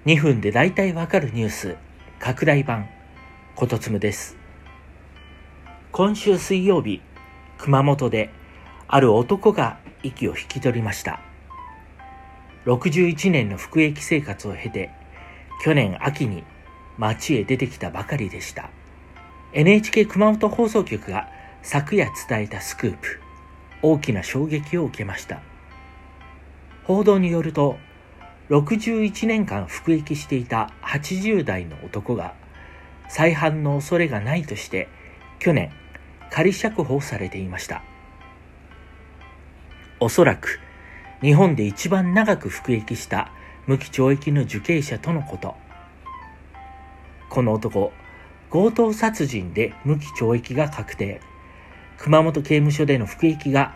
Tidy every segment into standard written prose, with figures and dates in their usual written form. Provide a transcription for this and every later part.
2分でだいたいわかるニュース拡大版ことつむです。今週水曜日、熊本である男が息を引き取りました。61年の服役生活を経て去年秋に町へ出てきたばかりでした。 NHK 熊本放送局が昨夜伝えたスクープ、大きな衝撃を受けました。報道によると、61年間服役していた80代の男が再犯の恐れがないとして去年仮釈放されていました。おそらく日本で一番長く服役した無期懲役の受刑者とのこと。この男、強盗殺人で無期懲役が確定。熊本刑務所での服役が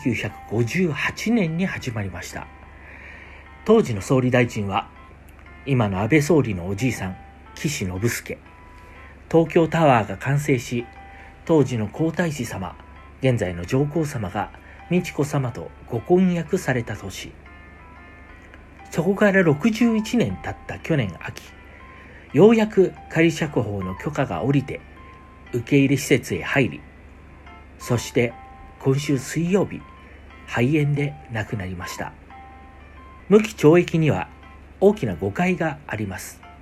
1958年に始まりました。当時の総理大臣は今の安倍総理のおじいさん、岸信介。東京タワーが完成し、当時の皇太子様、現在の上皇様が美智子様とご婚約された年。そこから61年経った去年秋、ようやく仮釈放の許可が下りて受け入れ施設へ入り、そして今週水曜日、肺炎で亡くなりました。無期懲役には大きな誤解があります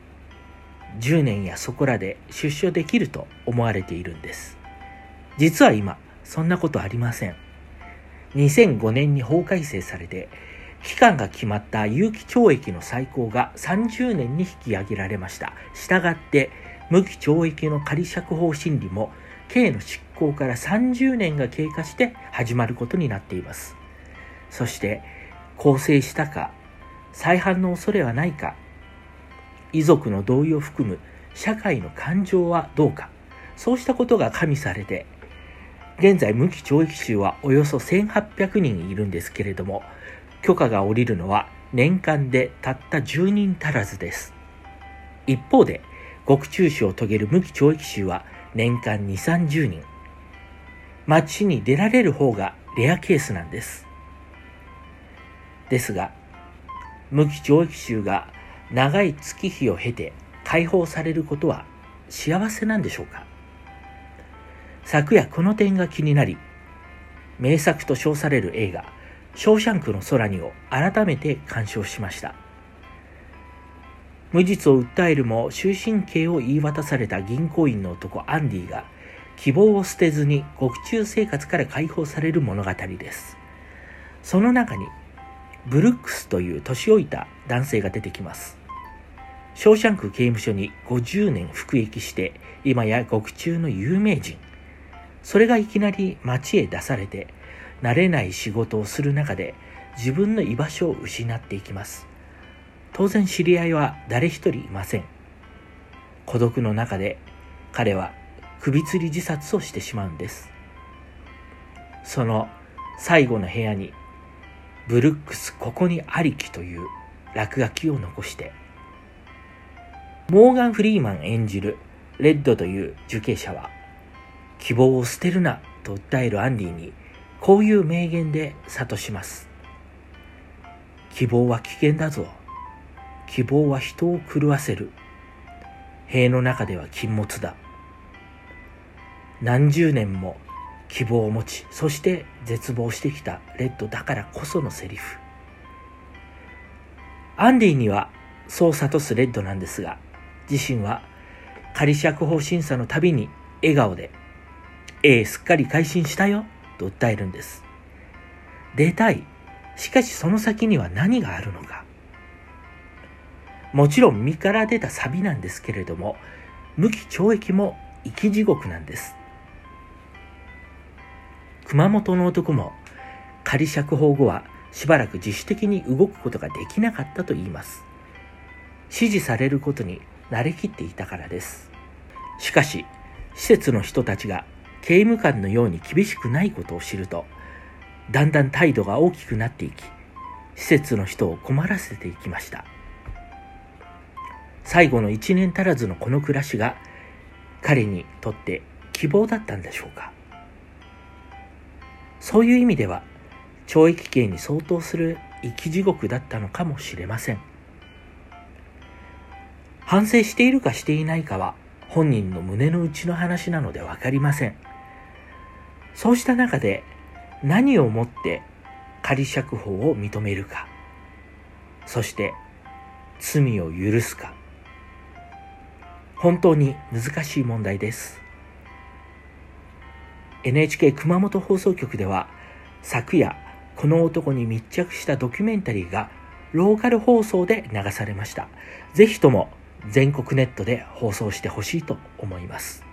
。10年やそこらで出所できると思われているんです。実は今、そんなことありません。2005年に法改正されて、期間が決まった有期懲役の最高が30年に引き上げられました。したがって、無期懲役の仮釈放審理も、刑の執行から30年が経過して始まることになっています。そして、更生したか、再犯の恐れはないか、遺族の同意を含む社会の感情はどうか、そうしたことが加味されて、現在無期懲役囚はおよそ1800人いるんですけれども、許可が下りるのは年間でたった10人足らずです。一方で、獄中死を遂げる無期懲役囚は年間2、30人。街に出られる方がレアケースなんです。ですが、無期懲役囚が長い月日を経て解放されることは幸せなんでしょうか。昨夜この点が気になり、名作と称される映画ショーシャンクの空にを改めて鑑賞しました。無実を訴えるも終身刑を言い渡された銀行員の男アンディが希望を捨てずに獄中生活から解放される物語です。その中にブルックスという年老いた男性が出てきます。ショーシャンク刑務所に50年服役して今や獄中の有名人。それがいきなり街へ出されて慣れない仕事をする中で自分の居場所を失っていきます。当然知り合いは誰一人いません。孤独の中で彼は首吊り自殺をしてしまうんです。その最後の部屋にブルックスここにありきという落書きを残して、モーガン・フリーマン演じるレッドという受刑者は希望を捨てるなと訴えるアンディにこういう名言で諭します。希望は危険だぞ。希望は人を狂わせる。塀の中では禁物だ。何十年も希望を持ち、そして絶望してきたレッドだからこそのセリフ。アンディにはそう諭すレッドなんですが、自身は仮釈放審査のたびに笑顔で、すっかり改心したよと訴えるんです。出たい。しかしその先には何があるのか。もちろん身から出たサビなんですけれども、無期懲役も生き地獄なんです。熊本の男も仮釈放後はしばらく自主的に動くことができなかったといいます。指示されることに慣れきっていたからです。しかし、施設の人たちが刑務官のように厳しくないことを知ると、だんだん態度が大きくなっていき、施設の人を困らせていきました。最後の1年足らずのこの暮らしが彼にとって希望だったんでしょうか。そういう意味では懲役刑に相当する生き地獄だったのかもしれません。 反省しているかしていないかは本人の胸の内の話なのでわかりません。そうした中で何をもって仮釈放を認めるか、そして罪を許すか、本当に難しい問題です。NHK 熊本放送局では昨夜この男に密着したドキュメンタリーがローカル放送で流されました。ぜひとも全国ネットで放送してほしいと思います。